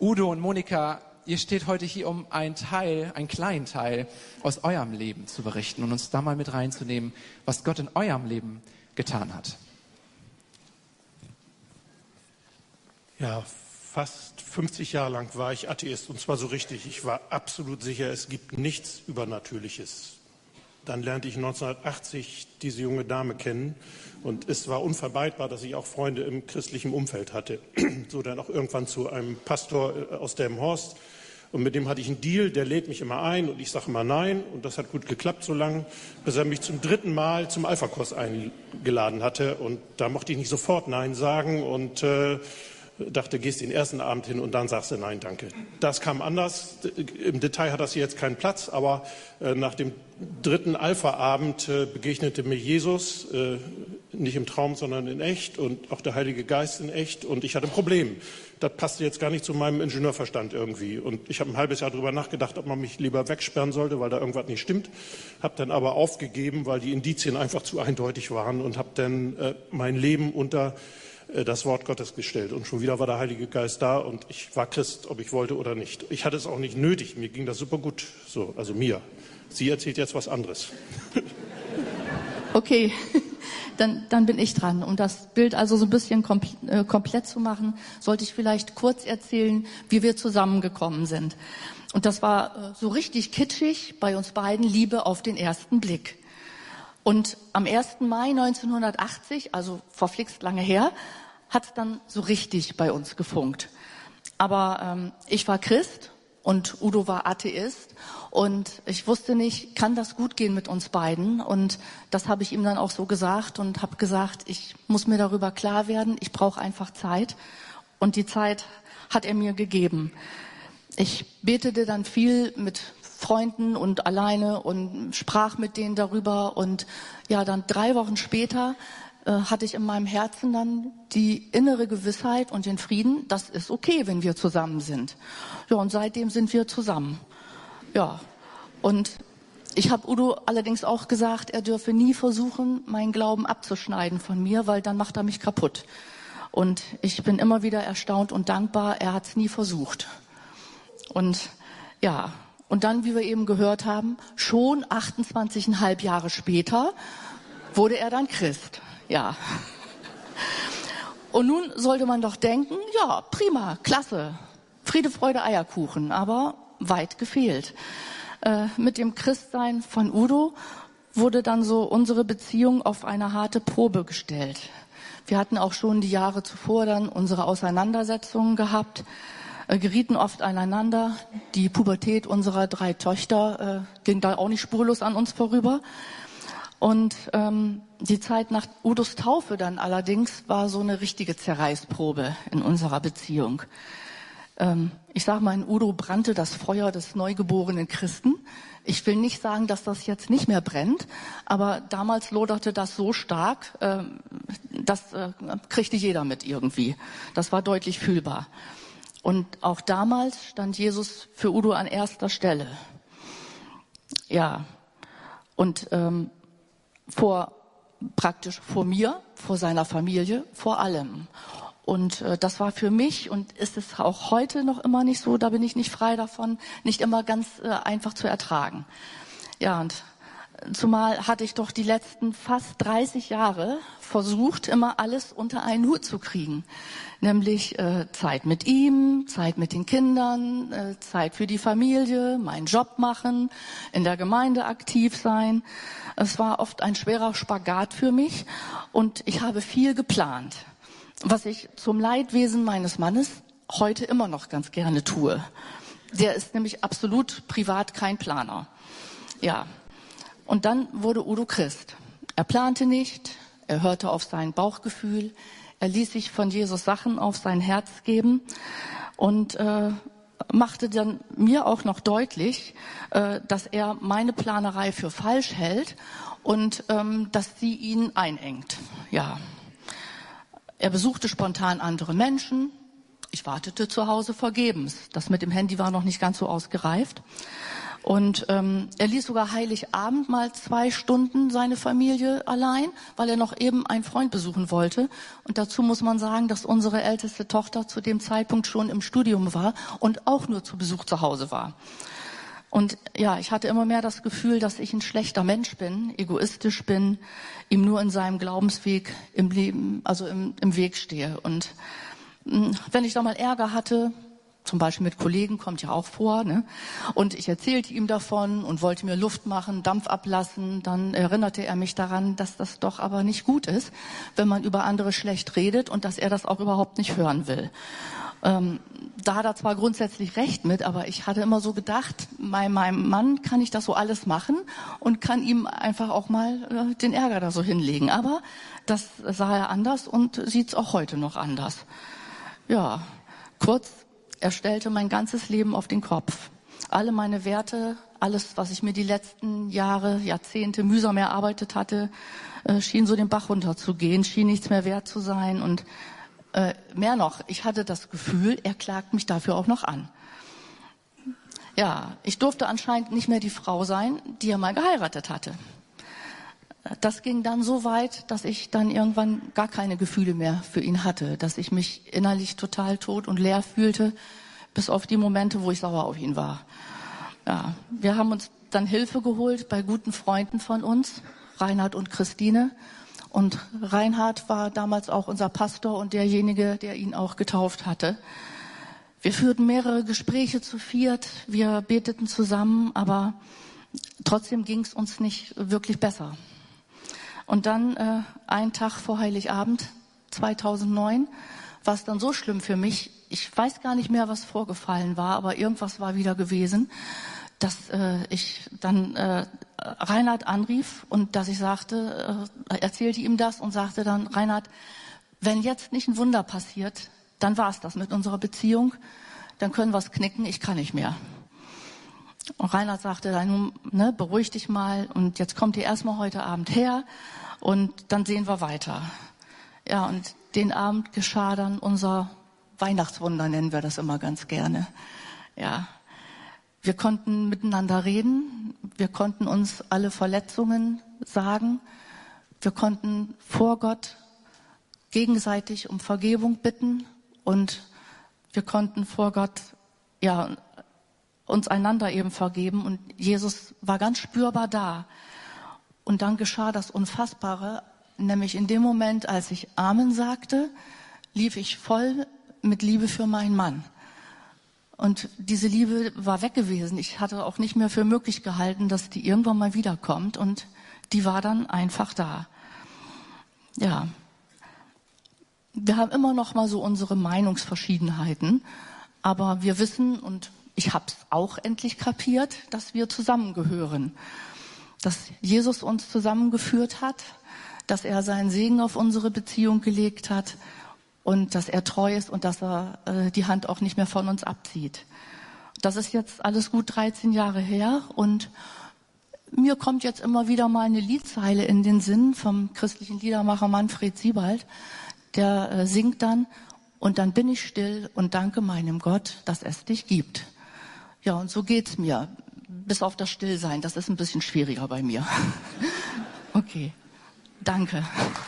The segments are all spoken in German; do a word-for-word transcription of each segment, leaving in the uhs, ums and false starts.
Udo und Monika, ihr steht heute hier, um einen Teil, einen kleinen Teil aus eurem Leben zu berichten und uns da mal mit reinzunehmen, was Gott in eurem Leben getan hat. Ja, fast fünfzig Jahre lang war ich Atheist, und zwar so richtig. Ich war absolut sicher, es gibt nichts Übernatürliches. Dann lernte ich neunzehnhundertachtzig diese junge Dame kennen und es war unvermeidbar, dass ich auch Freunde im christlichen Umfeld hatte. So dann auch irgendwann zu einem Pastor aus Delmenhorst, und mit dem hatte ich einen Deal, der lädt mich immer ein und ich sage immer nein, und das hat gut geklappt so lange, bis er mich zum dritten Mal zum Alpha-Kurs eingeladen hatte, und da mochte ich nicht sofort nein sagen und äh, dachte, gehst den ersten Abend hin und dann sagst du nein, danke. Das kam anders. Im Detail hat das hier jetzt keinen Platz, aber äh, nach dem dritten Alpha-Abend äh, begegnete mir Jesus, äh, nicht im Traum, sondern in echt, und auch der Heilige Geist in echt, und ich hatte ein Problem. Das passte jetzt gar nicht zu meinem Ingenieurverstand irgendwie, und ich habe ein halbes Jahr darüber nachgedacht, ob man mich lieber wegsperren sollte, weil da irgendwas nicht stimmt, habe dann aber aufgegeben, weil die Indizien einfach zu eindeutig waren, und habe dann äh, mein Leben unter das Wort Gottes gestellt. Und schon wieder war der Heilige Geist da, und ich war Christ, ob ich wollte oder nicht. Ich hatte es auch nicht nötig, mir ging das super gut. So, also mir. Sie erzählt jetzt was anderes. Okay, dann, dann bin ich dran. Um das Bild also so ein bisschen kompl- äh, komplett zu machen, sollte ich vielleicht kurz erzählen, wie wir zusammengekommen sind. Und das war äh, so richtig kitschig bei uns beiden, Liebe auf den ersten Blick. Und am ersten Mai neunzehnhundertachtzig, also verflixt lange her, hat es dann so richtig bei uns gefunkt. Aber ähm, ich war Christ und Udo war Atheist, und ich wusste nicht, kann das gut gehen mit uns beiden? Und das habe ich ihm dann auch so gesagt und habe gesagt, ich muss mir darüber klar werden, ich brauche einfach Zeit, und die Zeit hat er mir gegeben. Ich betete dann viel mit Freunden und alleine und sprach mit denen darüber, und ja, dann drei Wochen später äh, hatte ich in meinem Herzen dann die innere Gewissheit und den Frieden, das ist okay, wenn wir zusammen sind. Ja, und seitdem sind wir zusammen. Ja, und ich habe Udo allerdings auch gesagt, er dürfe nie versuchen, meinen Glauben abzuschneiden von mir, weil dann macht er mich kaputt. Und ich bin immer wieder erstaunt und dankbar, er hat es nie versucht. Und ja, und dann, wie wir eben gehört haben, schon achtundzwanzig Komma fünf Jahre später wurde er dann Christ. Ja. Und nun sollte man doch denken, ja, prima, klasse, Friede, Freude, Eierkuchen, aber weit gefehlt. Äh, mit dem Christsein von Udo wurde dann so unsere Beziehung auf eine harte Probe gestellt. Wir hatten auch schon die Jahre zuvor dann unsere Auseinandersetzungen gehabt, gerieten oft aneinander. Die Pubertät unserer drei Töchter äh, ging da auch nicht spurlos an uns vorüber. Und ähm, die Zeit nach Udos Taufe dann allerdings war so eine richtige Zerreißprobe in unserer Beziehung. Ähm, ich sage mal, in Udo brannte das Feuer des neugeborenen Christen. Ich will nicht sagen, dass das jetzt nicht mehr brennt, aber damals loderte das so stark, äh, das äh, kriegte jeder mit irgendwie. Das war deutlich fühlbar. Und auch damals stand Jesus für Udo an erster Stelle. Ja, und ähm, vor praktisch vor mir, vor seiner Familie, vor allem. Und äh, das war für mich, und ist es auch heute noch immer nicht so, da bin ich nicht frei davon, nicht immer ganz äh, einfach zu ertragen. Ja, und zumal hatte ich doch die letzten fast dreißig Jahre versucht, immer alles unter einen Hut zu kriegen. Nämlich äh, Zeit mit ihm, Zeit mit den Kindern, äh, Zeit für die Familie, meinen Job machen, in der Gemeinde aktiv sein. Es war oft ein schwerer Spagat für mich, und ich habe viel geplant, was ich zum Leidwesen meines Mannes heute immer noch ganz gerne tue. Der ist nämlich absolut privat kein Planer. Ja. Und dann wurde Udo Christ. Er plante nicht, er hörte auf sein Bauchgefühl, er ließ sich von Jesus Sachen auf sein Herz geben und äh, machte dann mir auch noch deutlich, äh, dass er meine Planerei für falsch hält und ähm, dass sie ihn einengt. Ja. Er besuchte spontan andere Menschen. Ich wartete zu Hause vergebens. Das mit dem Handy war noch nicht ganz so ausgereift. Und ähm, er ließ sogar Heiligabend mal zwei Stunden seine Familie allein, weil er noch eben einen Freund besuchen wollte. Und dazu muss man sagen, dass unsere älteste Tochter zu dem Zeitpunkt schon im Studium war und auch nur zu Besuch zu Hause war. Und ja, ich hatte immer mehr das Gefühl, dass ich ein schlechter Mensch bin, egoistisch bin, ihm nur in seinem Glaubensweg im Leben, also im, im Weg stehe. Und mh, wenn ich da mal Ärger hatte, zum Beispiel mit Kollegen, kommt ja auch vor, ne? Und ich erzählte ihm davon und wollte mir Luft machen, Dampf ablassen. Dann erinnerte er mich daran, dass das doch aber nicht gut ist, wenn man über andere schlecht redet und dass er das auch überhaupt nicht hören will. Ähm, da hat er zwar grundsätzlich recht mit, aber ich hatte immer so gedacht, bei meinem Mann kann ich das so alles machen und kann ihm einfach auch mal äh, den Ärger da so hinlegen. Aber das sah er anders und sieht's auch heute noch anders. Ja, kurz. Er stellte mein ganzes Leben auf den Kopf. Alle meine Werte, alles, was ich mir die letzten Jahre, Jahrzehnte mühsam erarbeitet hatte, äh, schien so den Bach runterzugehen, schien nichts mehr wert zu sein. Und äh, mehr noch, ich hatte das Gefühl, er klagt mich dafür auch noch an. Ja, ich durfte anscheinend nicht mehr die Frau sein, die er mal geheiratet hatte. Das ging dann so weit, dass ich dann irgendwann gar keine Gefühle mehr für ihn hatte, dass ich mich innerlich total tot und leer fühlte, bis auf die Momente, wo ich sauer auf ihn war. Ja, wir haben uns dann Hilfe geholt bei guten Freunden von uns, Reinhard und Christine. Und Reinhard war damals auch unser Pastor und derjenige, der ihn auch getauft hatte. Wir führten mehrere Gespräche zu viert, wir beteten zusammen, aber trotzdem ging es uns nicht wirklich besser. Und dann, äh, einen Tag vor Heiligabend zweitausendneun, war es dann so schlimm für mich. Ich weiß gar nicht mehr, was vorgefallen war, aber irgendwas war wieder gewesen, dass äh, ich dann äh, Reinhard anrief und dass ich sagte, äh, erzählte ihm das und sagte dann, Reinhard, wenn jetzt nicht ein Wunder passiert, dann war es das mit unserer Beziehung, dann können wir es knicken, ich kann nicht mehr. Und Reinhard sagte dann, ne, beruhig dich mal und jetzt kommt ihr erstmal heute Abend her und dann sehen wir weiter. Ja, und den Abend geschah dann unser Weihnachtswunder, nennen wir das immer ganz gerne. Ja, wir konnten miteinander reden, wir konnten uns alle Verletzungen sagen, wir konnten vor Gott gegenseitig um Vergebung bitten und wir konnten vor Gott, ja, uns einander eben vergeben und Jesus war ganz spürbar da. Und dann geschah das Unfassbare, nämlich in dem Moment, als ich Amen sagte, lief ich voll mit Liebe für meinen Mann. Und diese Liebe war weg gewesen. Ich hatte auch nicht mehr für möglich gehalten, dass die irgendwann mal wiederkommt und die war dann einfach da. Ja. Wir haben immer noch mal so unsere Meinungsverschiedenheiten, aber wir wissen und ich habe es auch endlich kapiert, dass wir zusammengehören, dass Jesus uns zusammengeführt hat, dass er seinen Segen auf unsere Beziehung gelegt hat und dass er treu ist und dass er äh, die Hand auch nicht mehr von uns abzieht. Das ist jetzt alles gut dreizehn Jahre her und mir kommt jetzt immer wieder mal eine Liedzeile in den Sinn vom christlichen Liedermacher Manfred Siebald, der äh, singt dann, und dann bin ich still und danke meinem Gott, dass es dich gibt. Ja, und so geht's mir. Bis auf das Stillsein. Das ist ein bisschen schwieriger bei mir. Okay. Danke.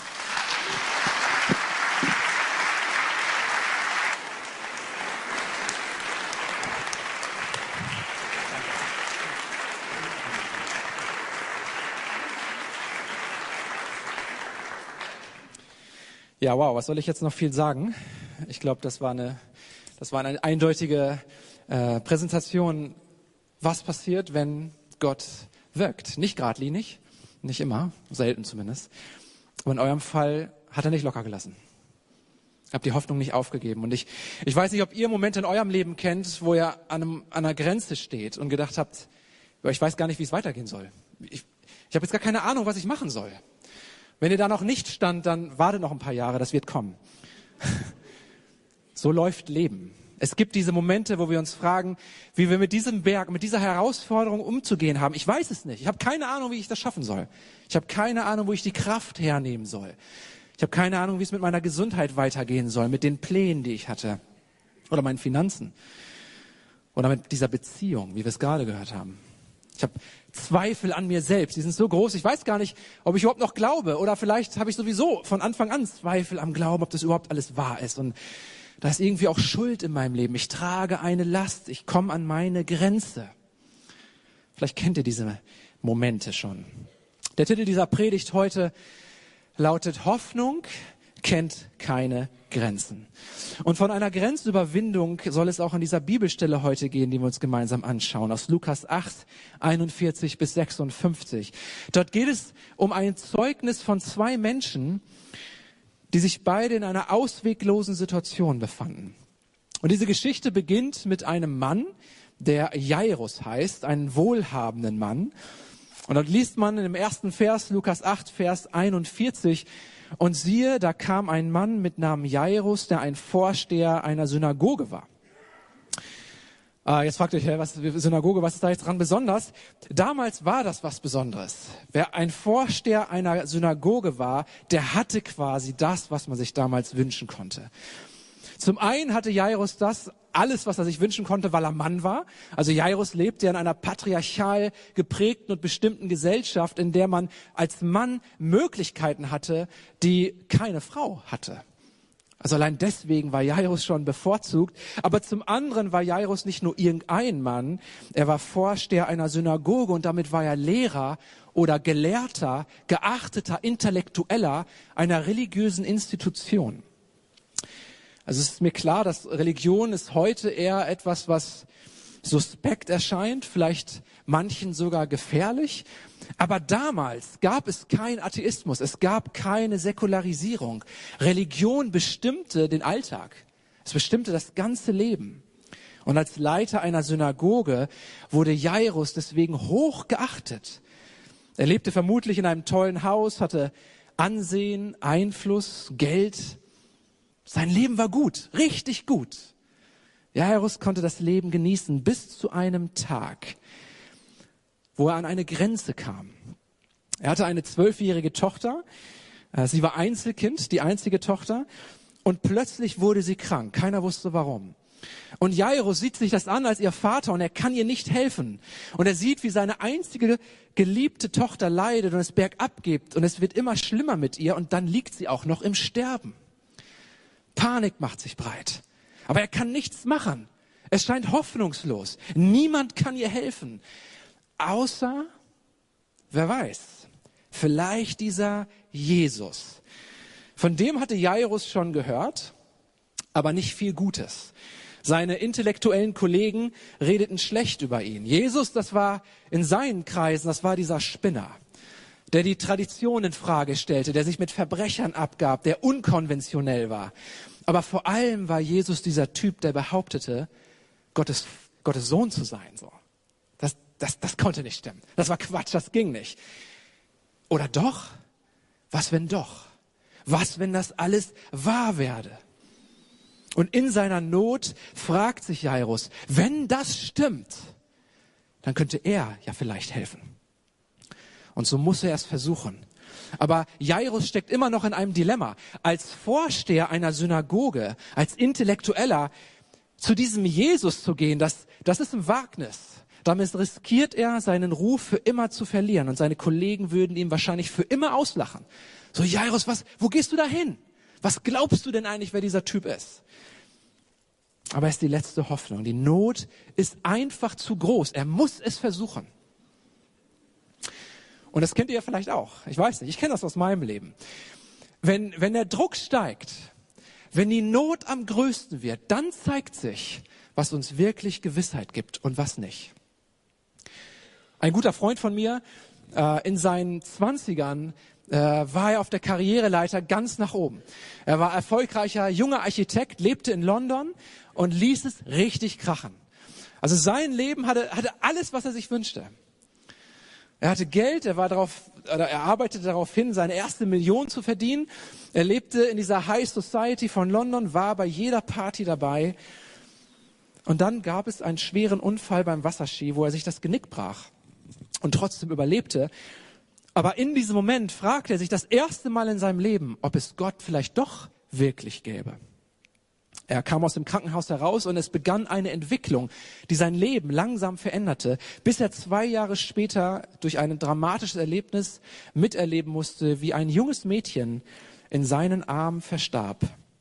Ja, wow, was soll ich jetzt noch viel sagen? Ich glaube, das war eine, das war eine eindeutige äh, Präsentation, was passiert, wenn Gott wirkt. Nicht geradlinig, nicht immer, selten zumindest. Aber in eurem Fall hat er nicht locker gelassen. Habt die Hoffnung nicht aufgegeben. Und ich, ich weiß nicht, ob ihr Momente in eurem Leben kennt, wo ihr an, einem, an einer Grenze steht und gedacht habt, ich weiß gar nicht, wie es weitergehen soll. Ich, ich habe jetzt gar keine Ahnung, was ich machen soll. Wenn ihr da noch nicht stand, dann wartet noch ein paar Jahre, das wird kommen. So läuft Leben. Es gibt diese Momente, wo wir uns fragen, wie wir mit diesem Berg, mit dieser Herausforderung umzugehen haben. Ich weiß es nicht. Ich habe keine Ahnung, wie ich das schaffen soll. Ich habe keine Ahnung, wo ich die Kraft hernehmen soll. Ich habe keine Ahnung, wie es mit meiner Gesundheit weitergehen soll, mit den Plänen, die ich hatte. Oder meinen Finanzen. Oder mit dieser Beziehung, wie wir es gerade gehört haben. Ich habe Zweifel an mir selbst, die sind so groß, ich weiß gar nicht, ob ich überhaupt noch glaube. Oder vielleicht habe ich sowieso von Anfang an Zweifel am Glauben, ob das überhaupt alles wahr ist. Und da ist irgendwie auch Schuld in meinem Leben. Ich trage eine Last, ich komme an meine Grenze. Vielleicht kennt ihr diese Momente schon. Der Titel dieser Predigt heute lautet: Hoffnung kennt keine Grenzen. Und von einer Grenzüberwindung soll es auch an dieser Bibelstelle heute gehen, die wir uns gemeinsam anschauen, aus Lukas acht, einundvierzig bis sechsundfünfzig. Dort geht es um ein Zeugnis von zwei Menschen, die sich beide in einer ausweglosen Situation befanden. Und diese Geschichte beginnt mit einem Mann, der Jairus heißt, einen wohlhabenden Mann. Und dort liest man in dem ersten Vers, Lukas acht, Vers einundvierzig, und siehe, da kam ein Mann mit Namen Jairus, der ein Vorsteher einer Synagoge war. Ah, jetzt fragt euch, was Synagoge, was ist da jetzt dran besonders? Damals war das was Besonderes. Wer ein Vorsteher einer Synagoge war, der hatte quasi das, was man sich damals wünschen konnte. Zum einen hatte Jairus das, alles, was er sich wünschen konnte, weil er Mann war. Also Jairus lebte in einer patriarchal geprägten und bestimmten Gesellschaft, in der man als Mann Möglichkeiten hatte, die keine Frau hatte. Also allein deswegen war Jairus schon bevorzugt. Aber zum anderen war Jairus nicht nur irgendein Mann, er war Vorsteher einer Synagoge und damit war er Lehrer oder Gelehrter, geachteter Intellektueller einer religiösen Institution. Also es ist mir klar, dass Religion ist heute eher etwas, was suspekt erscheint, vielleicht manchen sogar gefährlich. Aber damals gab es keinen Atheismus, es gab keine Säkularisierung. Religion bestimmte den Alltag, es bestimmte das ganze Leben. Und als Leiter einer Synagoge wurde Jairus deswegen hoch geachtet. Er lebte vermutlich in einem tollen Haus, hatte Ansehen, Einfluss, Geld. Sein Leben war gut, richtig gut. Jairus konnte das Leben genießen bis zu einem Tag, wo er an eine Grenze kam. Er hatte eine zwölfjährige Tochter. Sie war Einzelkind, die einzige Tochter. Und plötzlich wurde sie krank. Keiner wusste warum. Und Jairus sieht sich das an als ihr Vater und er kann ihr nicht helfen. Und er sieht, wie seine einzige geliebte Tochter leidet und es bergab geht. Und es wird immer schlimmer mit ihr und dann liegt sie auch noch im Sterben. Panik macht sich breit. Aber er kann nichts machen. Es scheint hoffnungslos. Niemand kann ihr helfen. Außer, wer weiß, vielleicht dieser Jesus. Von dem hatte Jairus schon gehört, aber nicht viel Gutes. Seine intellektuellen Kollegen redeten schlecht über ihn. Jesus, das war in seinen Kreisen, das war dieser Spinner, der die Tradition in Frage stellte, der sich mit Verbrechern abgab, der unkonventionell war. Aber vor allem war Jesus dieser Typ, der behauptete, Gottes, Gottes Sohn zu sein. So. Das, das, das konnte nicht stimmen. Das war Quatsch, das ging nicht. Oder doch? Was wenn doch? Was wenn das alles wahr werde? Und in seiner Not fragt sich Jairus, wenn das stimmt, dann könnte er ja vielleicht helfen. Und so muss er es versuchen. Aber Jairus steckt immer noch in einem Dilemma. Als Vorsteher einer Synagoge, als Intellektueller, zu diesem Jesus zu gehen, das, das ist ein Wagnis. Damit riskiert er, seinen Ruf für immer zu verlieren. Und seine Kollegen würden ihn wahrscheinlich für immer auslachen. So, Jairus, was, wo gehst du da hin? Was glaubst du denn eigentlich, wer dieser Typ ist? Aber er ist die letzte Hoffnung. Die Not ist einfach zu groß. Er muss es versuchen. Und das kennt ihr ja vielleicht auch. Ich weiß nicht, ich kenne das aus meinem Leben. Wenn, wenn der Druck steigt, wenn die Not am größten wird, dann zeigt sich, was uns wirklich Gewissheit gibt und was nicht. Ein guter Freund von mir, äh, in seinen Zwanzigern, äh, war er auf der Karriereleiter ganz nach oben. Er war erfolgreicher junger Architekt, lebte in London und ließ es richtig krachen. Also sein Leben hatte, hatte alles, was er sich wünschte. Er hatte Geld, er war darauf, oder er arbeitete darauf hin, seine erste Million zu verdienen. Er lebte in dieser High Society von London, war bei jeder Party dabei. Und dann gab es einen schweren Unfall beim Wasserski, wo er sich das Genick brach und trotzdem überlebte. Aber in diesem Moment fragte er sich das erste Mal in seinem Leben, ob es Gott vielleicht doch wirklich gäbe. Er kam aus dem Krankenhaus heraus und es begann eine Entwicklung, die sein Leben langsam veränderte, bis er zwei Jahre später durch ein dramatisches Erlebnis miterleben musste, wie ein junges Mädchen in seinen Armen verstarb.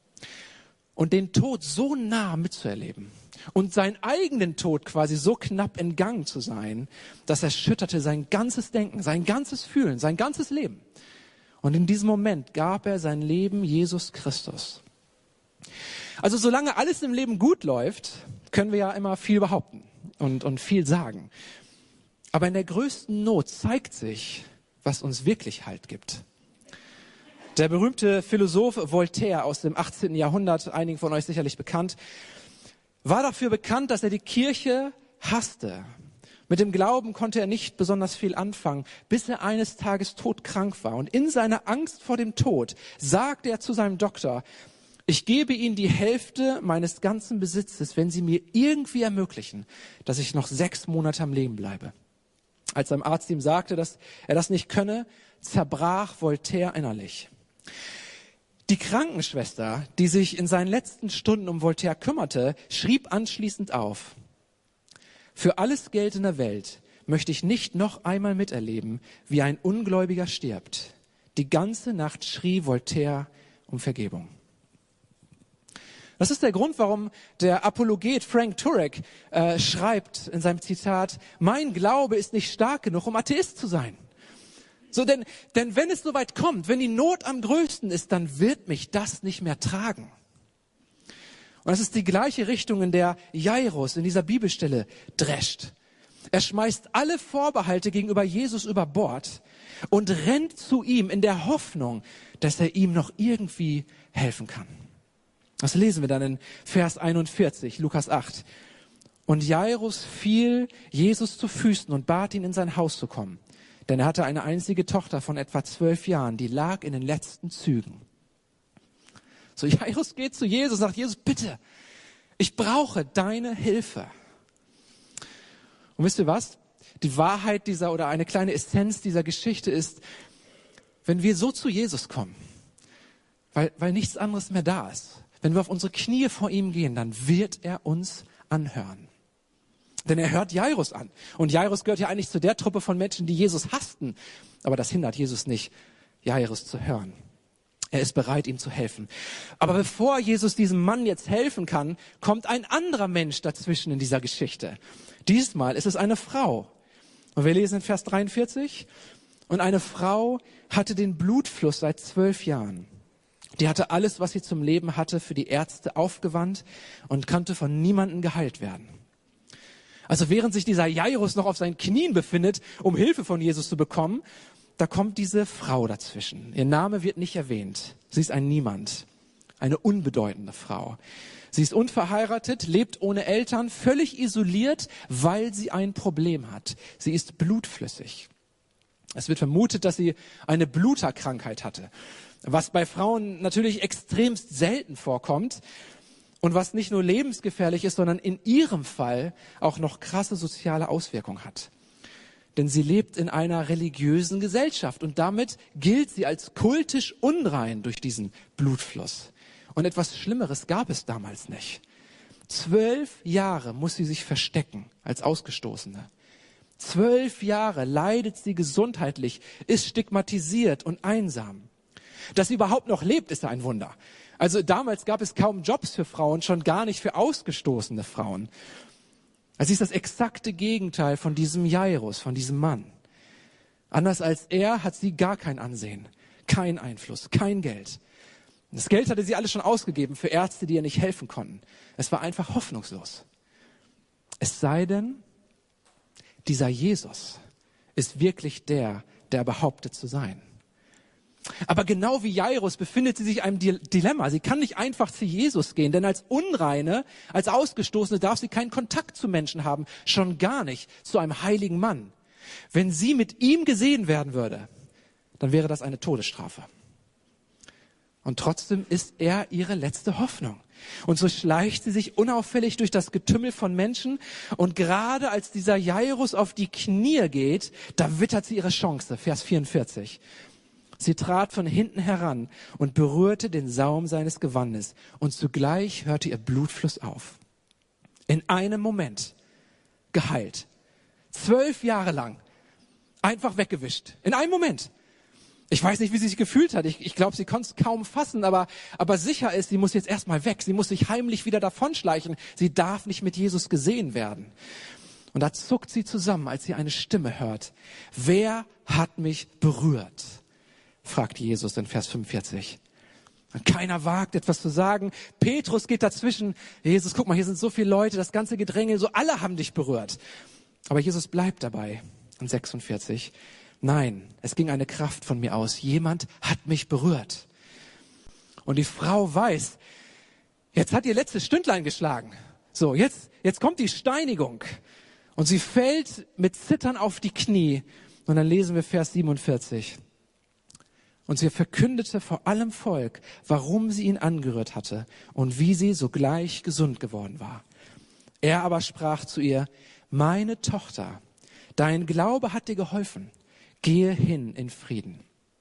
Und den Tod so nah mitzuerleben und seinen eigenen Tod quasi so knapp entgangen zu sein, das erschütterte sein ganzes Denken, sein ganzes Fühlen, sein ganzes Leben. Und in diesem Moment gab er sein Leben Jesus Christus. Also solange alles im Leben gut läuft, können wir ja immer viel behaupten und, und viel sagen. Aber in der größten Not zeigt sich, was uns wirklich Halt gibt. Der berühmte Philosoph Voltaire aus dem achtzehnten Jahrhundert, einigen von euch sicherlich bekannt, war dafür bekannt, dass er die Kirche hasste. Mit dem Glauben konnte er nicht besonders viel anfangen, bis er eines Tages todkrank war. Und in seiner Angst vor dem Tod sagte er zu seinem Doktor: Ich gebe Ihnen die Hälfte meines ganzen Besitzes, wenn Sie mir irgendwie ermöglichen, dass ich noch sechs Monate am Leben bleibe. Als sein Arzt ihm sagte, dass er das nicht könne, zerbrach Voltaire innerlich. Die Krankenschwester, die sich in seinen letzten Stunden um Voltaire kümmerte, schrieb anschließend auf: Für alles Geld in der Welt möchte ich nicht noch einmal miterleben, wie ein Ungläubiger stirbt. Die ganze Nacht schrie Voltaire um Vergebung. Das ist der Grund, warum der Apologet Frank Turek äh, schreibt in seinem Zitat: Mein Glaube ist nicht stark genug, um Atheist zu sein. So, denn, denn wenn es soweit kommt, wenn die Not am größten ist, dann wird mich das nicht mehr tragen. Und das ist die gleiche Richtung, in der Jairus in dieser Bibelstelle drescht. Er schmeißt alle Vorbehalte gegenüber Jesus über Bord und rennt zu ihm in der Hoffnung, dass er ihm noch irgendwie helfen kann. Das lesen wir dann in Vers einundvierzig, Lukas acht. Und Jairus fiel Jesus zu Füßen und bat ihn, in sein Haus zu kommen. Denn er hatte eine einzige Tochter von etwa zwölf Jahren, die lag in den letzten Zügen. So, Jairus geht zu Jesus und sagt: Jesus, bitte, ich brauche deine Hilfe. Und wisst ihr was? Die Wahrheit dieser oder eine kleine Essenz dieser Geschichte ist, wenn wir so zu Jesus kommen, weil, weil nichts anderes mehr da ist, wenn wir auf unsere Knie vor ihm gehen, dann wird er uns anhören. Denn er hört Jairus an. Und Jairus gehört ja eigentlich zu der Truppe von Menschen, die Jesus hassten. Aber das hindert Jesus nicht, Jairus zu hören. Er ist bereit, ihm zu helfen. Aber bevor Jesus diesem Mann jetzt helfen kann, kommt ein anderer Mensch dazwischen in dieser Geschichte. Diesmal ist es eine Frau. Und wir lesen in Vers dreiundvierzig. Und eine Frau hatte den Blutfluss seit zwölf Jahren. Die hatte alles, was sie zum Leben hatte, für die Ärzte aufgewandt und konnte von niemandem geheilt werden. Also während sich dieser Jairus noch auf seinen Knien befindet, um Hilfe von Jesus zu bekommen, da kommt diese Frau dazwischen. Ihr Name wird nicht erwähnt. Sie ist ein Niemand, eine unbedeutende Frau. Sie ist unverheiratet, lebt ohne Eltern, völlig isoliert, weil sie ein Problem hat. Sie ist blutflüssig. Es wird vermutet, dass sie eine Bluterkrankheit hatte, was bei Frauen natürlich extremst selten vorkommt. Und was nicht nur lebensgefährlich ist, sondern in ihrem Fall auch noch krasse soziale Auswirkungen hat. Denn sie lebt in einer religiösen Gesellschaft und damit gilt sie als kultisch unrein durch diesen Blutfluss. Und etwas Schlimmeres gab es damals nicht. Zwölf Jahre muss sie sich verstecken als Ausgestoßene. Zwölf Jahre leidet sie gesundheitlich, ist stigmatisiert und einsam. Dass sie überhaupt noch lebt, ist ja ein Wunder. Also damals gab es kaum Jobs für Frauen, schon gar nicht für ausgestoßene Frauen. Also sie ist das exakte Gegenteil von diesem Jairus, von diesem Mann. Anders als er hat sie gar kein Ansehen, kein Einfluss, kein Geld. Das Geld hatte sie alles schon ausgegeben für Ärzte, die ihr nicht helfen konnten. Es war einfach hoffnungslos. Es sei denn, dieser Jesus ist wirklich der, der behauptet zu sein. Aber genau wie Jairus befindet sie sich in einem Dilemma. Sie kann nicht einfach zu Jesus gehen, denn als Unreine, als Ausgestoßene darf sie keinen Kontakt zu Menschen haben, schon gar nicht zu einem heiligen Mann. Wenn sie mit ihm gesehen werden würde, dann wäre das eine Todesstrafe. Und trotzdem ist er ihre letzte Hoffnung. Und so schleicht sie sich unauffällig durch das Getümmel von Menschen. Und gerade als dieser Jairus auf die Knie geht, da wittert sie ihre Chance. Vers vierundvierzig. Sie trat von hinten heran und berührte den Saum seines Gewandes. Und zugleich hörte ihr Blutfluss auf. In einem Moment geheilt. Zwölf Jahre lang. Einfach weggewischt. In einem Moment. Ich weiß nicht, wie sie sich gefühlt hat. Ich, ich glaube, sie konnte es kaum fassen, aber, aber sicher ist, sie muss jetzt erstmal weg. Sie muss sich heimlich wieder davonschleichen. Sie darf nicht mit Jesus gesehen werden. Und da zuckt sie zusammen, als sie eine Stimme hört. Wer hat mich berührt? Fragt Jesus in Vers fünfundvierzig. Und keiner wagt, etwas zu sagen. Petrus geht dazwischen. Jesus, guck mal, hier sind so viele Leute, das ganze Gedränge, so alle haben dich berührt. Aber Jesus bleibt dabei. In sechsundvierzig. Nein, es ging eine Kraft von mir aus. Jemand hat mich berührt. Und die Frau weiß, jetzt hat ihr letztes Stündlein geschlagen. So, jetzt, jetzt kommt die Steinigung. Und sie fällt mit Zittern auf die Knie. Und dann lesen wir Vers siebenundvierzig. Und sie verkündete vor allem Volk, warum sie ihn angerührt hatte und wie sie sogleich gesund geworden war. Er aber sprach zu ihr, meine Tochter, dein Glaube hat dir geholfen. Gehe hin in Frieden.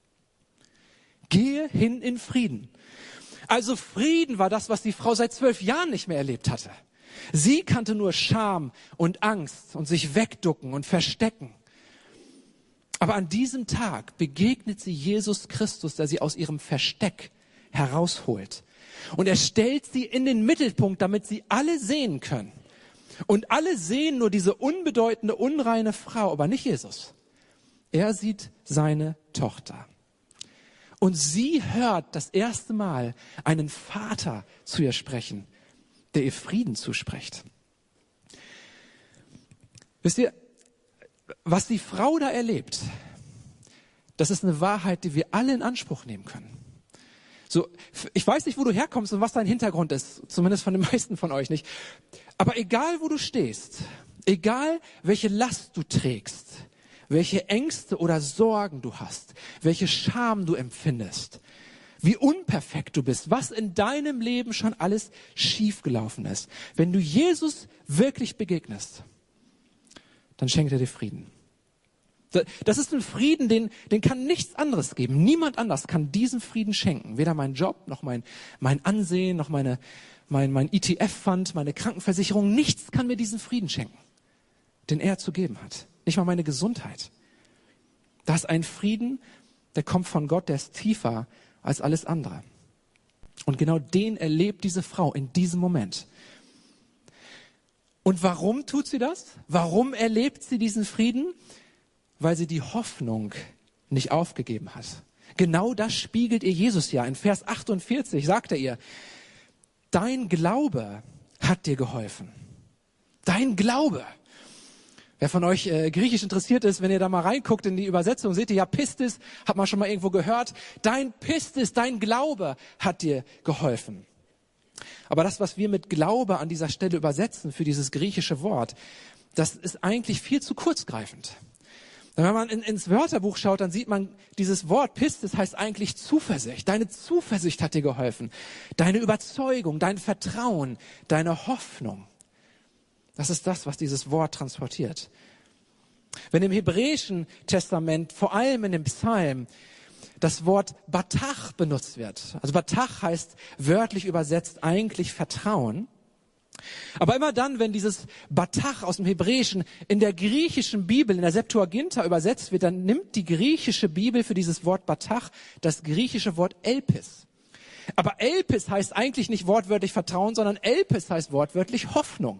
Gehe hin in Frieden. Also Frieden war das, was die Frau seit zwölf Jahren nicht mehr erlebt hatte. Sie kannte nur Scham und Angst und sich wegducken und verstecken. Aber an diesem Tag begegnet sie Jesus Christus, der sie aus ihrem Versteck herausholt. Und er stellt sie in den Mittelpunkt, damit sie alle sehen können. Und alle sehen nur diese unbedeutende, unreine Frau, aber nicht Jesus. Er sieht seine Tochter. Und sie hört das erste Mal einen Vater zu ihr sprechen, der ihr Frieden zuspricht. Wisst ihr, was die Frau da erlebt, das ist eine Wahrheit, die wir alle in Anspruch nehmen können. So, ich weiß nicht, wo du herkommst und was dein Hintergrund ist, zumindest von den meisten von euch nicht. Aber egal, wo du stehst, egal, welche Last du trägst, welche Ängste oder Sorgen du hast, welche Scham du empfindest, wie unperfekt du bist, was in deinem Leben schon alles schiefgelaufen ist. Wenn du Jesus wirklich begegnest, dann schenkt er dir Frieden. Das ist ein Frieden, den, den kann nichts anderes geben. Niemand anders kann diesen Frieden schenken. Weder mein Job, noch mein, mein Ansehen, noch meine, mein, mein E T F-Fund, meine Krankenversicherung. Nichts kann mir diesen Frieden schenken, den er zu geben hat. Nicht mal meine Gesundheit. Das ist ein Frieden, der kommt von Gott, der ist tiefer als alles andere. Und genau den erlebt diese Frau in diesem Moment. Und warum tut sie das? Warum erlebt sie diesen Frieden? Weil sie die Hoffnung nicht aufgegeben hat. Genau das spiegelt ihr Jesus ja. In Vers achtundvierzig sagt er ihr, dein Glaube hat dir geholfen. Dein Glaube. Wer von euch äh, griechisch interessiert ist, wenn ihr da mal reinguckt in die Übersetzung, seht ihr ja Pistis, hat man schon mal irgendwo gehört. Dein Pistis, dein Glaube hat dir geholfen. Aber das, was wir mit Glaube an dieser Stelle übersetzen für dieses griechische Wort, das ist eigentlich viel zu kurzgreifend. Wenn man in, ins Wörterbuch schaut, dann sieht man, dieses Wort Pistis heißt eigentlich Zuversicht. Deine Zuversicht hat dir geholfen. Deine Überzeugung, dein Vertrauen, deine Hoffnung. Das ist das, was dieses Wort transportiert. Wenn im Hebräischen Testament, vor allem in dem Psalm, das Wort Batach benutzt wird. Also Batach heißt wörtlich übersetzt eigentlich Vertrauen. Aber immer dann, wenn dieses Batach aus dem Hebräischen in der griechischen Bibel, in der Septuaginta übersetzt wird, dann nimmt die griechische Bibel für dieses Wort Batach das griechische Wort Elpis. Aber Elpis heißt eigentlich nicht wortwörtlich Vertrauen, sondern Elpis heißt wortwörtlich Hoffnung.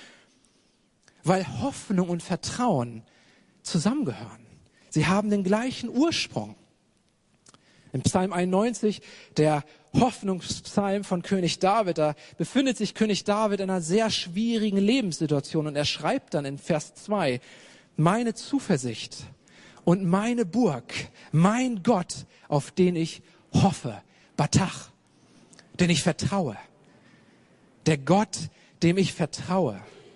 Weil Hoffnung und Vertrauen zusammengehören. Sie haben den gleichen Ursprung. Im Psalm einundneunzig, der Hoffnungspsalm von König David, da befindet sich König David in einer sehr schwierigen Lebenssituation und er schreibt dann in Vers zwei, meine Zuversicht und meine Burg, mein Gott, auf den ich hoffe, Batach, den ich vertraue, der Gott, dem ich vertraue.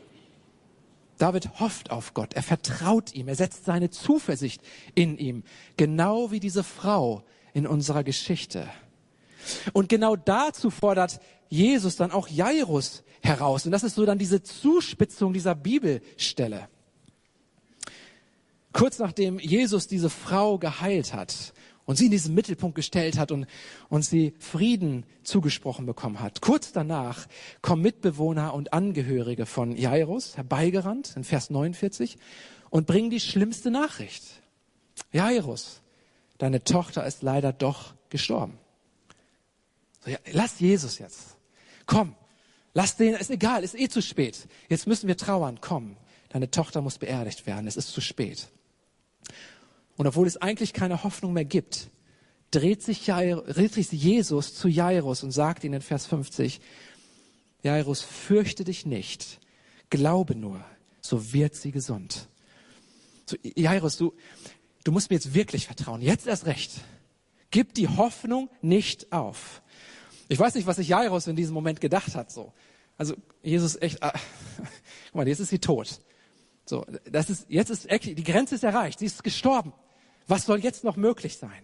David hofft auf Gott, er vertraut ihm, er setzt seine Zuversicht in ihm, genau wie diese Frau in unserer Geschichte. Und genau dazu fordert Jesus dann auch Jairus heraus. Und das ist so dann diese Zuspitzung dieser Bibelstelle. Kurz nachdem Jesus diese Frau geheilt hat und sie in diesen Mittelpunkt gestellt hat und, und sie Frieden zugesprochen bekommen hat. Kurz danach kommen Mitbewohner und Angehörige von Jairus herbeigerannt, in Vers neunundvierzig, und bringen die schlimmste Nachricht. Jairus, deine Tochter ist leider doch gestorben. So, ja, lass Jesus jetzt. Komm, lass den, ist egal, ist eh zu spät. Jetzt müssen wir trauern, komm. Deine Tochter muss beerdigt werden, es ist zu spät. Und obwohl es eigentlich keine Hoffnung mehr gibt, dreht sich, Jair, dreht sich Jesus zu Jairus und sagt ihm in Vers fünfzig, Jairus, fürchte dich nicht, glaube nur, so wird sie gesund. So, Jairus, du, du musst mir jetzt wirklich vertrauen, jetzt erst recht. Gib die Hoffnung nicht auf. Ich weiß nicht, was sich Jairus in diesem Moment gedacht hat. So. Also Jesus echt, ah, guck mal, jetzt ist sie tot. So, das ist, jetzt ist, die Grenze ist erreicht, sie ist gestorben. Was soll jetzt noch möglich sein?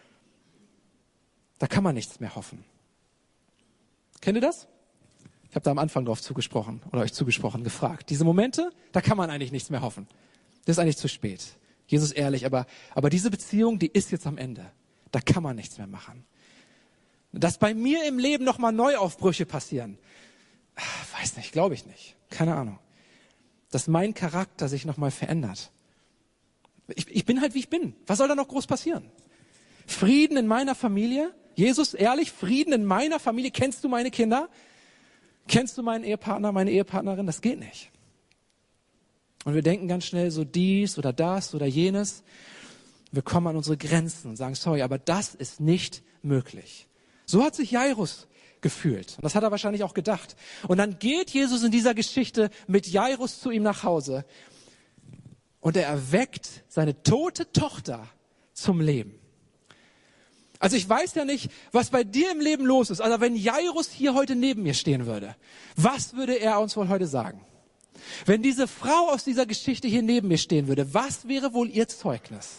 Da kann man nichts mehr hoffen. Kennt ihr das? Ich habe da am Anfang drauf zugesprochen oder euch zugesprochen, gefragt. Diese Momente, da kann man eigentlich nichts mehr hoffen. Das ist eigentlich zu spät. Jesus ehrlich, aber, aber diese Beziehung, die ist jetzt am Ende. Da kann man nichts mehr machen. Dass bei mir im Leben nochmal Neuaufbrüche passieren, weiß nicht, glaube ich nicht. Keine Ahnung. Dass mein Charakter sich nochmal verändert. Ich, ich bin halt, wie ich bin. Was soll da noch groß passieren? Frieden in meiner Familie? Jesus, ehrlich, Frieden in meiner Familie? Kennst du meine Kinder? Kennst du meinen Ehepartner, meine Ehepartnerin? Das geht nicht. Und wir denken ganz schnell so dies oder das oder jenes. Wir kommen an unsere Grenzen und sagen, sorry, aber das ist nicht möglich. So hat sich Jairus gefühlt. Und das hat er wahrscheinlich auch gedacht. Und dann geht Jesus in dieser Geschichte mit Jairus zu ihm nach Hause. Und er erweckt seine tote Tochter zum Leben. Also ich weiß ja nicht, was bei dir im Leben los ist. Also wenn Jairus hier heute neben mir stehen würde, was würde er uns wohl heute sagen? Wenn diese Frau aus dieser Geschichte hier neben mir stehen würde, was wäre wohl ihr Zeugnis?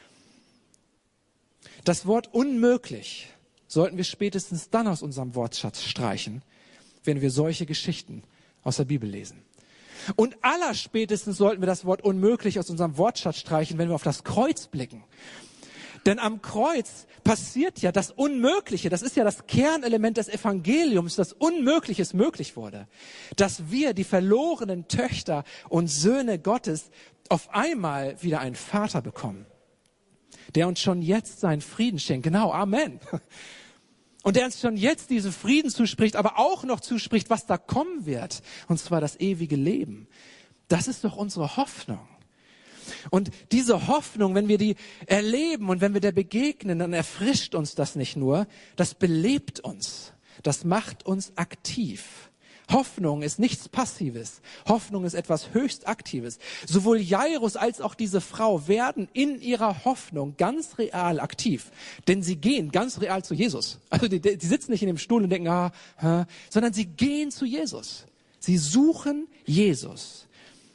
Das Wort unmöglich sollten wir spätestens dann aus unserem Wortschatz streichen, wenn wir solche Geschichten aus der Bibel lesen. Und allerspätestens sollten wir das Wort unmöglich aus unserem Wortschatz streichen, wenn wir auf das Kreuz blicken. Denn am Kreuz passiert ja das Unmögliche, das ist ja das Kernelement des Evangeliums, dass Unmögliches möglich wurde. Dass wir, die verlorenen Töchter und Söhne Gottes, auf einmal wieder einen Vater bekommen, der uns schon jetzt seinen Frieden schenkt. Genau, Amen. Und der uns schon jetzt diesen Frieden zuspricht, aber auch noch zuspricht, was da kommen wird. Und zwar das ewige Leben. Das ist doch unsere Hoffnung. Und diese Hoffnung, wenn wir die erleben und wenn wir der begegnen, dann erfrischt uns das nicht nur, das belebt uns. Das macht uns aktiv. Hoffnung ist nichts Passives. Hoffnung ist etwas höchst Aktives. Sowohl Jairus als auch diese Frau werden in ihrer Hoffnung ganz real aktiv. Denn sie gehen ganz real zu Jesus. Also die, die sitzen nicht in dem Stuhl und denken, ah, ah, sondern sie gehen zu Jesus. Sie suchen Jesus.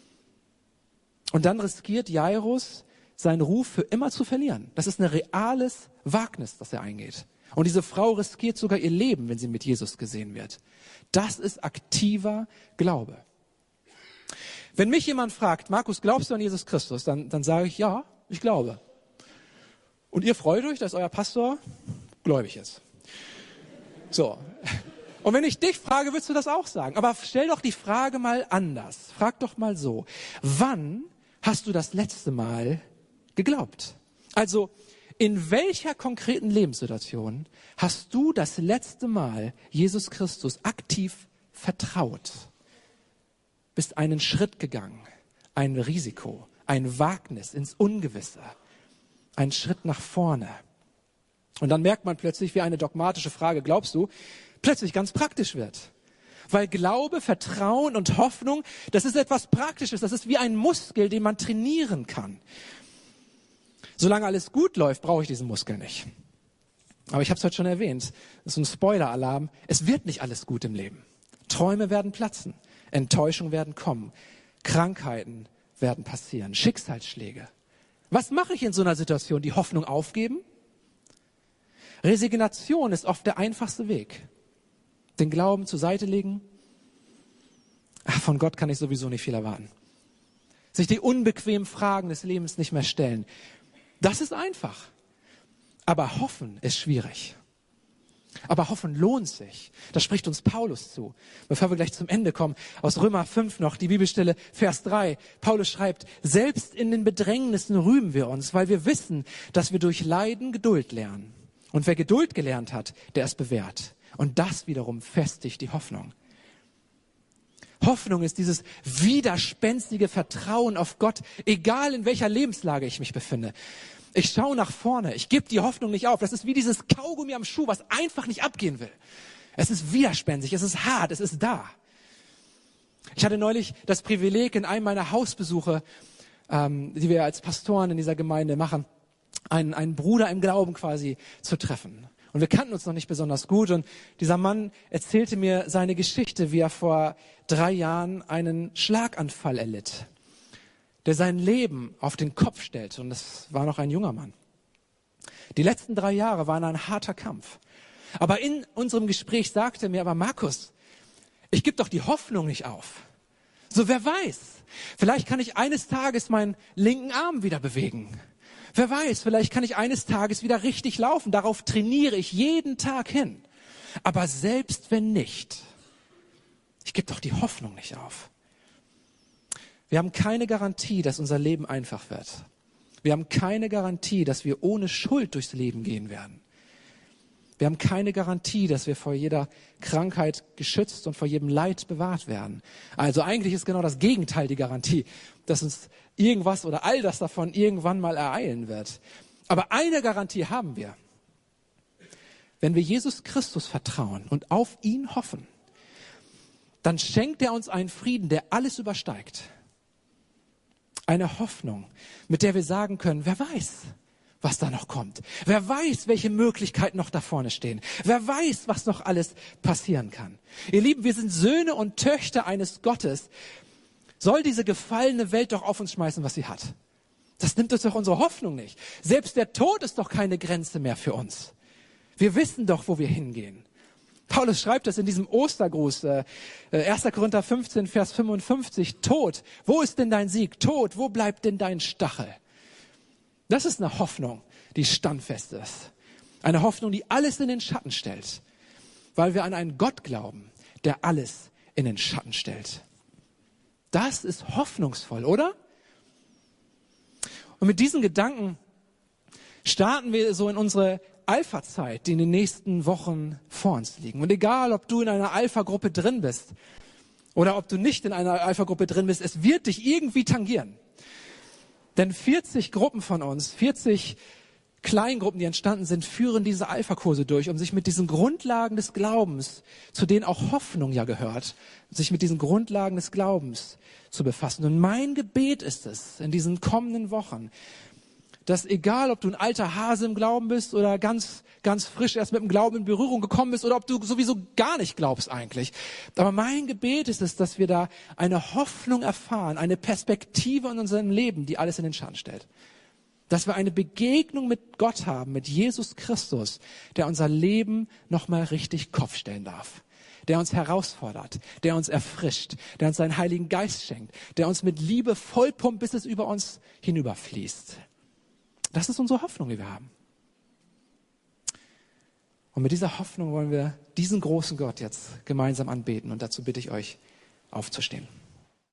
Und dann riskiert Jairus, seinen Ruf für immer zu verlieren. Das ist ein reales Wagnis, das er eingeht. Und diese Frau riskiert sogar ihr Leben, wenn sie mit Jesus gesehen wird. Das ist aktiver Glaube. Wenn mich jemand fragt, Markus, glaubst du an Jesus Christus? Dann, dann sage ich, ja, ich glaube. Und ihr freut euch, dass euer Pastor gläubig ist. So. Und wenn ich dich frage, willst du das auch sagen? Aber stell doch die Frage mal anders. Frag doch mal so. Wann hast du das letzte Mal geglaubt? Also, in welcher konkreten Lebenssituation hast du das letzte Mal Jesus Christus aktiv vertraut? Bist einen Schritt gegangen, ein Risiko, ein Wagnis ins Ungewisse, ein Schritt nach vorne. Und dann merkt man plötzlich, wie eine dogmatische Frage, glaubst du, plötzlich ganz praktisch wird. Weil Glaube, Vertrauen und Hoffnung, das ist etwas Praktisches, das ist wie ein Muskel, den man trainieren kann. Solange alles gut läuft, brauche ich diesen Muskel nicht. Aber ich habe es heute schon erwähnt, das ist ein Spoiler-Alarm, es wird nicht alles gut im Leben. Träume werden platzen, Enttäuschungen werden kommen, Krankheiten werden passieren, Schicksalsschläge. Was mache ich in so einer Situation? Die Hoffnung aufgeben? Resignation ist oft der einfachste Weg. Den Glauben zur Seite legen? Ach, von Gott kann ich sowieso nicht viel erwarten. Sich die unbequemen Fragen des Lebens nicht mehr stellen. Das ist einfach. Aber hoffen ist schwierig. Aber hoffen lohnt sich. Das spricht uns Paulus zu. Bevor wir gleich zum Ende kommen, aus Römer fünf noch, die Bibelstelle, Vers drei. Paulus schreibt, selbst in den Bedrängnissen rühmen wir uns, weil wir wissen, dass wir durch Leiden Geduld lernen. Und wer Geduld gelernt hat, der ist bewährt. Und das wiederum festigt die Hoffnung. Hoffnung ist dieses widerspenstige Vertrauen auf Gott, egal in welcher Lebenslage ich mich befinde. Ich schaue nach vorne, ich gebe die Hoffnung nicht auf. Das ist wie dieses Kaugummi am Schuh, was einfach nicht abgehen will. Es ist widerspenstig, es ist hart, es ist da. Ich hatte neulich das Privileg, in einem meiner Hausbesuche, ähm, die wir als Pastoren in dieser Gemeinde machen, einen, einen Bruder im Glauben quasi zu treffen. Und wir kannten uns noch nicht besonders gut. Und dieser Mann erzählte mir seine Geschichte, wie er vor drei Jahren einen Schlaganfall erlitt, der sein Leben auf den Kopf stellte. Und das war noch ein junger Mann. Die letzten drei Jahre waren ein harter Kampf. Aber in unserem Gespräch sagte er mir, aber Markus, ich gebe doch die Hoffnung nicht auf. So, wer weiß, vielleicht kann ich eines Tages meinen linken Arm wieder bewegen. Wer weiß, vielleicht kann ich eines Tages wieder richtig laufen. Darauf trainiere ich jeden Tag hin. Aber selbst wenn nicht, ich gebe doch die Hoffnung nicht auf. Wir haben keine Garantie, dass unser Leben einfach wird. Wir haben keine Garantie, dass wir ohne Schuld durchs Leben gehen werden. Wir haben keine Garantie, dass wir vor jeder Krankheit geschützt und vor jedem Leid bewahrt werden. Also eigentlich ist genau das Gegenteil die Garantie, dass uns irgendwas oder all das davon irgendwann mal ereilen wird. Aber eine Garantie haben wir. Wenn wir Jesus Christus vertrauen und auf ihn hoffen, dann schenkt er uns einen Frieden, der alles übersteigt. Eine Hoffnung, mit der wir sagen können, wer weiß, was da noch kommt. Wer weiß, welche Möglichkeiten noch da vorne stehen. Wer weiß, was noch alles passieren kann. Ihr Lieben, wir sind Söhne und Töchter eines Gottes. Soll diese gefallene Welt doch auf uns schmeißen, was sie hat? Das nimmt uns doch unsere Hoffnung nicht. Selbst der Tod ist doch keine Grenze mehr für uns. Wir wissen doch, wo wir hingehen. Paulus schreibt das in diesem Ostergruß, äh, erster Korinther fünfzehn, Vers fünfundfünfzig. Tod, wo ist denn dein Sieg? Tod, wo bleibt denn dein Stachel? Das ist eine Hoffnung, die standfest ist. Eine Hoffnung, die alles in den Schatten stellt. Weil wir an einen Gott glauben, der alles in den Schatten stellt. Das ist hoffnungsvoll, oder? Und mit diesen Gedanken starten wir so in unsere Alpha-Zeit, die in den nächsten Wochen vor uns liegen. Und egal, ob du in einer Alpha-Gruppe drin bist oder ob du nicht in einer Alpha-Gruppe drin bist, es wird dich irgendwie tangieren. Denn vierzig Gruppen von uns, vierzig Kleingruppen, die entstanden sind, führen diese Alpha-Kurse durch, um sich mit diesen Grundlagen des Glaubens, zu denen auch Hoffnung ja gehört, sich mit diesen Grundlagen des Glaubens zu befassen. Und mein Gebet ist es in diesen kommenden Wochen, dass egal, ob du ein alter Hase im Glauben bist oder ganz, ganz frisch erst mit dem Glauben in Berührung gekommen bist oder ob du sowieso gar nicht glaubst eigentlich. Aber mein Gebet ist es, dass wir da eine Hoffnung erfahren, eine Perspektive in unserem Leben, die alles in den Schatten stellt. Dass wir eine Begegnung mit Gott haben, mit Jesus Christus, der unser Leben nochmal richtig Kopf stellen darf. Der uns herausfordert, der uns erfrischt, der uns seinen Heiligen Geist schenkt, der uns mit Liebe vollpumpt, bis es über uns hinüberfließt. Das ist unsere Hoffnung, die wir haben. Und mit dieser Hoffnung wollen wir diesen großen Gott jetzt gemeinsam anbeten. Und dazu bitte ich euch, aufzustehen.